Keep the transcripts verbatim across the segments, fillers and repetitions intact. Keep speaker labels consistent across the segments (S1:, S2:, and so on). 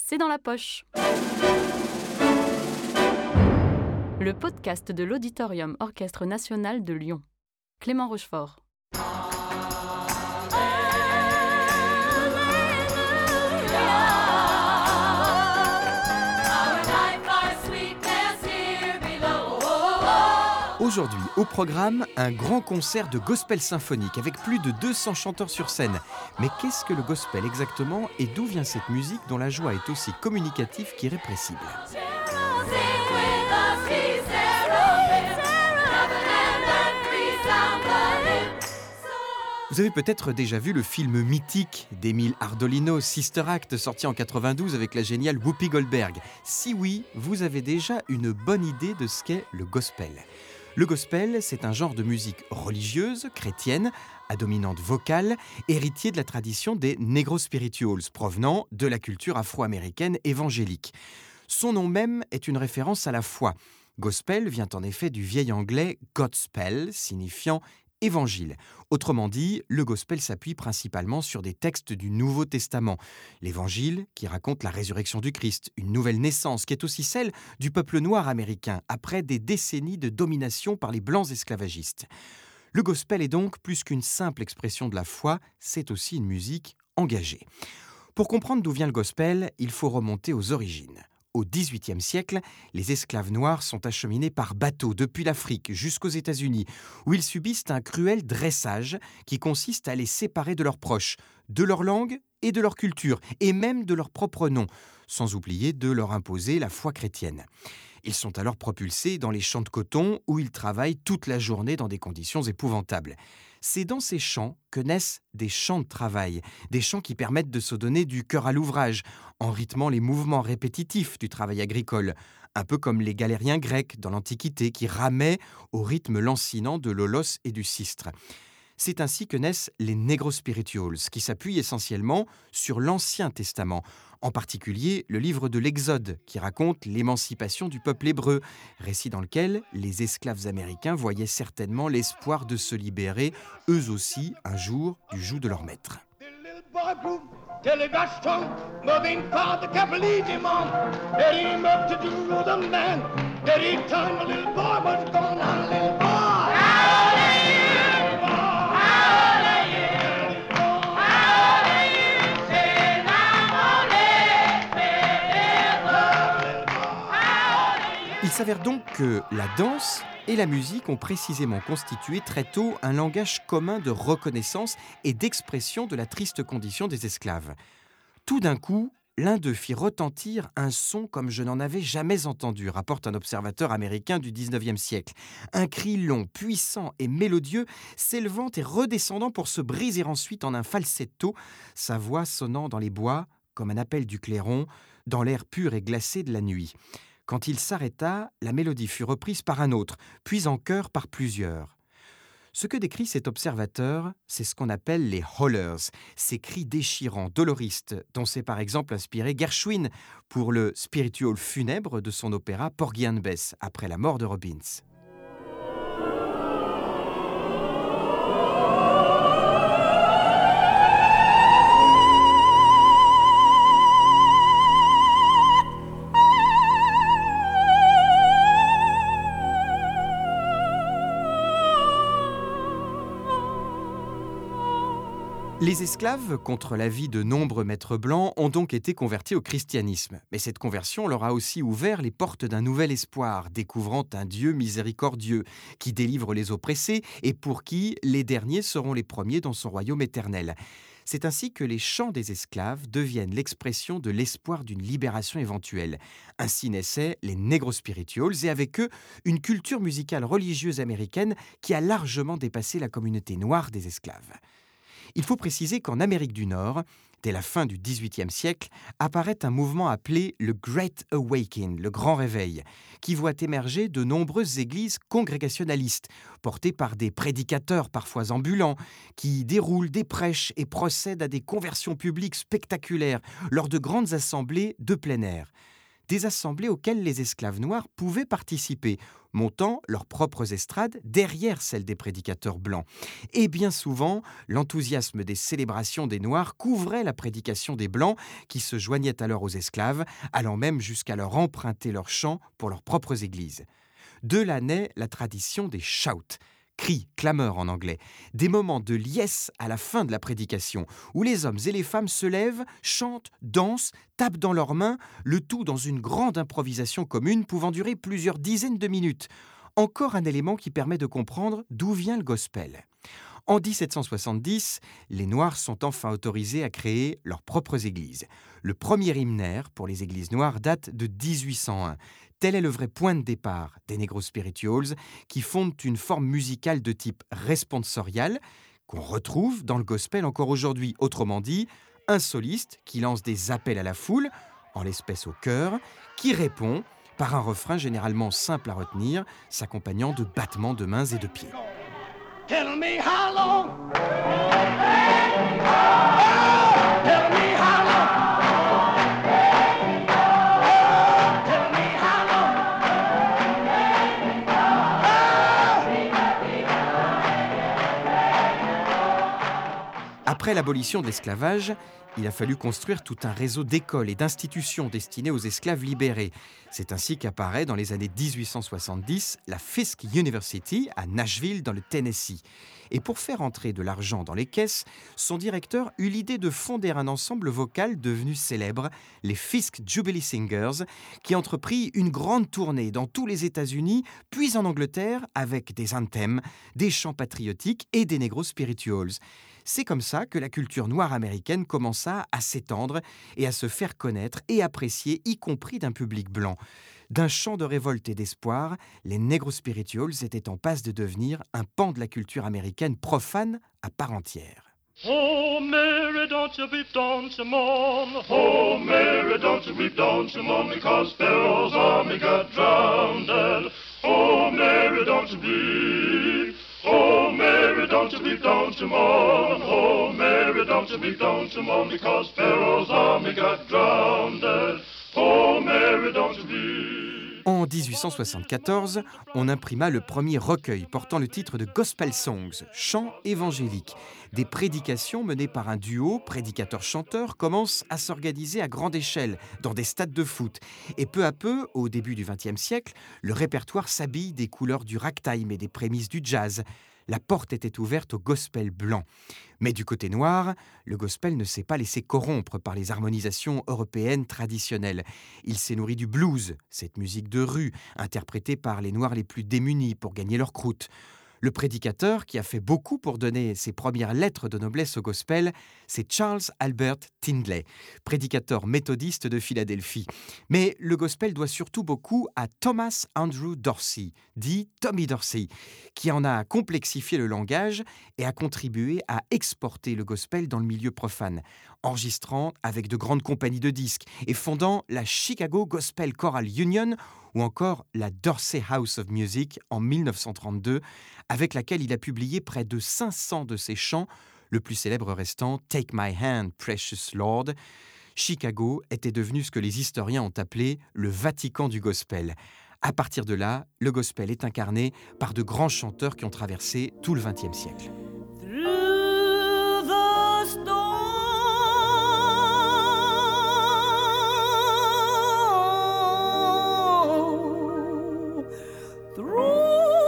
S1: c'est dans la poche. Le podcast de l'Auditorium Orchestre National de Lyon. Clément Rochefort.
S2: Aujourd'hui, au programme, un grand concert de gospel symphonique avec plus de deux cents chanteurs sur scène. Mais qu'est-ce que le gospel exactement et d'où vient cette musique dont la joie est aussi communicative qu'irrépressible ? Vous avez peut-être déjà vu le film mythique d'Émile Ardolino, Sister Act, sorti en quatre-vingt-douze avec la géniale Whoopi Goldberg. Si oui, vous avez déjà une bonne idée de ce qu'est le gospel. Le gospel, c'est un genre de musique religieuse, chrétienne, à dominante vocale, héritier de la tradition des Negro Spirituals, provenant de la culture afro-américaine évangélique. Son nom même est une référence à la foi. Gospel vient en effet du vieil anglais Godspell, signifiant évangile. Autrement dit, le gospel s'appuie principalement sur des textes du Nouveau Testament. L'évangile qui raconte la résurrection du Christ, une nouvelle naissance qui est aussi celle du peuple noir américain après des décennies de domination par les blancs esclavagistes. Le gospel est donc plus qu'une simple expression de la foi, c'est aussi une musique engagée. Pour comprendre d'où vient le gospel, il faut remonter aux origines. Au dix-huitième siècle, les esclaves noirs sont acheminés par bateau depuis l'Afrique jusqu'aux États-Unis, où ils subissent un cruel dressage qui consiste à les séparer de leurs proches, de leur langue et de leur culture, et même de leur propre nom, sans oublier de leur imposer la foi chrétienne. Ils sont alors propulsés dans les champs de coton où ils travaillent toute la journée dans des conditions épouvantables. C'est dans ces champs que naissent des chants de travail, des chants qui permettent de se donner du cœur à l'ouvrage, en rythmant les mouvements répétitifs du travail agricole, un peu comme les galériens grecs dans l'Antiquité qui ramaient au rythme lancinant de l'holos et du sistre. C'est ainsi que naissent les Negro Spirituals, qui s'appuient essentiellement sur l'Ancien Testament, en particulier le livre de l'Exode, qui raconte l'émancipation du peuple hébreu, récit dans lequel les esclaves américains voyaient certainement l'espoir de se libérer, eux aussi, un jour, du joug de leur maître. Il s'avère donc que la danse et la musique ont précisément constitué très tôt un langage commun de reconnaissance et d'expression de la triste condition des esclaves. Tout d'un coup, l'un d'eux fit retentir un son comme je n'en avais jamais entendu, rapporte un observateur américain du dix-neuvième siècle. Un cri long, puissant et mélodieux, s'élevant et redescendant pour se briser ensuite en un falsetto, sa voix sonnant dans les bois comme un appel du clairon, dans l'air pur et glacé de la nuit. Quand il s'arrêta, la mélodie fut reprise par un autre, puis en chœur par plusieurs. Ce que décrit cet observateur, c'est ce qu'on appelle les hollers, ces cris déchirants, doloristes, dont s'est par exemple inspiré Gershwin pour le spiritual funèbre de son opéra Porgy and Bess, après la mort de Robbins. Les esclaves, contre l'avis de nombreux maîtres blancs, ont donc été convertis au christianisme. Mais cette conversion leur a aussi ouvert les portes d'un nouvel espoir, découvrant un Dieu miséricordieux, qui délivre les oppressés et pour qui les derniers seront les premiers dans son royaume éternel. C'est ainsi que les chants des esclaves deviennent l'expression de l'espoir d'une libération éventuelle. Ainsi naissaient les Negro Spirituals et avec eux, une culture musicale religieuse américaine qui a largement dépassé la communauté noire des esclaves. Il faut préciser qu'en Amérique du Nord, dès la fin du dix-huitième siècle, apparaît un mouvement appelé le Great Awakening, le Grand Réveil, qui voit émerger de nombreuses églises congrégationalistes, portées par des prédicateurs parfois ambulants, qui déroulent des prêches et procèdent à des conversions publiques spectaculaires lors de grandes assemblées de plein air. des assemblées auxquelles les esclaves noirs pouvaient participer, montant leurs propres estrades derrière celles des prédicateurs blancs. Et bien souvent, l'enthousiasme des célébrations des Noirs couvrait la prédication des Blancs, qui se joignaient alors aux esclaves, allant même jusqu'à leur emprunter leurs chants pour leurs propres églises. De là naît la tradition des shouts, cris, clameurs en anglais, des moments de liesse à la fin de la prédication, où les hommes et les femmes se lèvent, chantent, dansent, tapent dans leurs mains, le tout dans une grande improvisation commune pouvant durer plusieurs dizaines de minutes. Encore un élément qui permet de comprendre d'où vient le gospel. En dix-sept cent soixante-dix, les Noirs sont enfin autorisés à créer leurs propres églises. Le premier hymnaire pour les églises noires date de dix-huit cent un. Tel est le vrai point de départ des Negro Spirituals, qui fondent une forme musicale de type responsorial qu'on retrouve dans le gospel encore aujourd'hui. Autrement dit, un soliste qui lance des appels à la foule, en l'espèce au chœur, qui répond par un refrain généralement simple à retenir, s'accompagnant de battements de mains et de pieds.
S3: Tell me how long. Tell me how long. Tell me how long.
S2: Après l'abolition de l'esclavage, il a fallu construire tout un réseau d'écoles et d'institutions destinées aux esclaves libérés. C'est ainsi qu'apparaît dans les années dix-huit cent soixante-dix la Fisk University à Nashville dans le Tennessee. Et pour faire entrer de l'argent dans les caisses, son directeur eut l'idée de fonder un ensemble vocal devenu célèbre, les Fisk Jubilee Singers, qui entreprit une grande tournée dans tous les États-Unis, puis en Angleterre avec des anthems, des chants patriotiques et des Negro Spirituals. C'est comme ça que la culture noire américaine commença à s'étendre et à se faire connaître et apprécier, y compris d'un public blanc. D'un chant de révolte et d'espoir, les Negro Spirituals étaient en passe de devenir un pan de la culture américaine profane à part entière.
S3: Oh, Mary, don't you weep, don't you mourn. Oh, Mary, don't you weep, don't you mourn, because Pharaoh's army got drowned. Oh, Mary, don't you weep. Oh, Mary, don't you weep, don't you mourn. Oh, Mary, don't you weep, don't you mourn, because Pharaoh's army got drowned. Oh, Mary, don't you weep.
S2: En dix-huit cent soixante-quatorze, on imprima le premier recueil portant le titre de Gospel Songs, chants évangéliques. Des prédications menées par un duo prédicateur-chanteur commencent à s'organiser à grande échelle dans des stades de foot. Et peu à peu, au début du vingtième siècle, le répertoire s'habille des couleurs du ragtime et des prémices du jazz. La porte était ouverte au gospel blanc. Mais du côté noir, le gospel ne s'est pas laissé corrompre par les harmonisations européennes traditionnelles. Il s'est nourri du blues, cette musique de rue, interprétée par les Noirs les plus démunis pour gagner leur croûte. Le prédicateur qui a fait beaucoup pour donner ses premières lettres de noblesse au gospel, c'est Charles Albert Tindley, prédicateur méthodiste de Philadelphie. Mais le gospel doit surtout beaucoup à Thomas Andrew Dorsey, dit Tommy Dorsey, qui en a complexifié le langage et a contribué à exporter le gospel dans le milieu profane, enregistrant avec de grandes compagnies de disques et fondant la Chicago Gospel Choral Union ou encore la Dorsey House of Music en mille neuf cent trente-deux, avec laquelle il a publié près de cinq cents de ses chants, le plus célèbre restant « Take My Hand, Precious Lord ». Chicago était devenu ce que les historiens ont appelé le Vatican du gospel. À partir de là, le gospel est incarné par de grands chanteurs qui ont traversé tout le vingtième siècle.
S4: Through the storm, through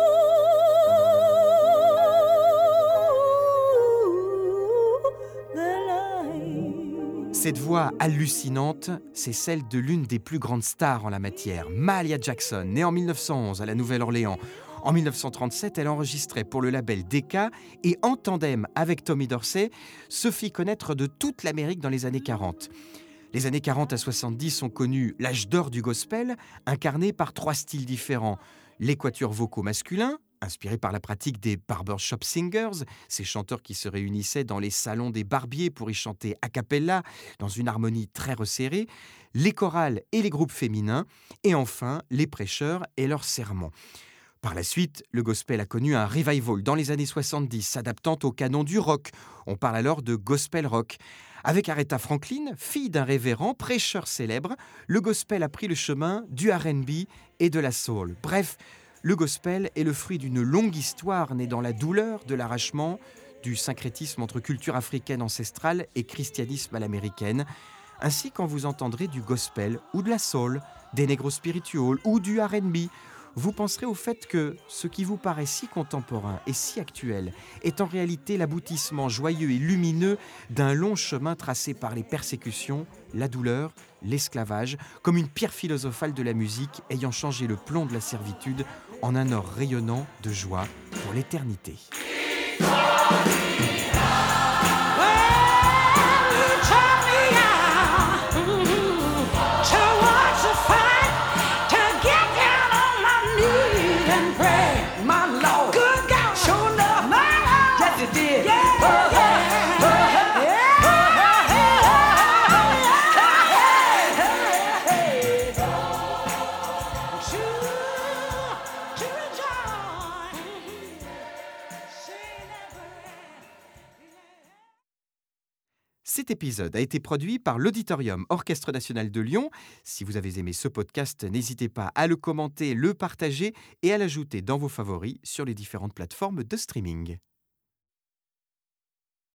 S2: Cette voix hallucinante, c'est celle de l'une des plus grandes stars en la matière, Mahalia Jackson, née en mille neuf cent onze à la Nouvelle-Orléans. En mille neuf cent trente-sept, elle enregistrait pour le label Decca et en tandem avec Tommy Dorsey, se fit connaître de toute l'Amérique dans les années quarante. Les années quarante à soixante-dix ont connu l'âge d'or du gospel, incarné par trois styles différents. Les quatuors vocaux masculins, inspirés par la pratique des barbershop singers, ces chanteurs qui se réunissaient dans les salons des barbiers pour y chanter a cappella, dans une harmonie très resserrée, les chorales et les groupes féminins, et enfin les prêcheurs et leurs sermons. Par la suite, le gospel a connu un revival dans les années soixante-dix, s'adaptant au canon du rock. On parle alors de gospel rock. Avec Aretha Franklin, fille d'un révérend, prêcheur célèbre, le gospel a pris le chemin du R and B et de la soul. Bref, le gospel est le fruit d'une longue histoire née dans la douleur de l'arrachement du syncrétisme entre culture africaine ancestrale et christianisme à l'américaine. Ainsi, quand vous entendrez du gospel ou de la soul, des negro spirituals ou du R and B, vous penserez au fait que ce qui vous paraît si contemporain et si actuel est en réalité l'aboutissement joyeux et lumineux d'un long chemin tracé par les persécutions, la douleur, l'esclavage, comme une pierre philosophale de la musique ayant changé le plomb de la servitude en un or rayonnant de joie pour l'éternité. Cet épisode a été produit par l'Auditorium Orchestre National de Lyon. Si vous avez aimé ce podcast, n'hésitez pas à le commenter, le partager et à l'ajouter dans vos favoris sur les différentes plateformes de streaming.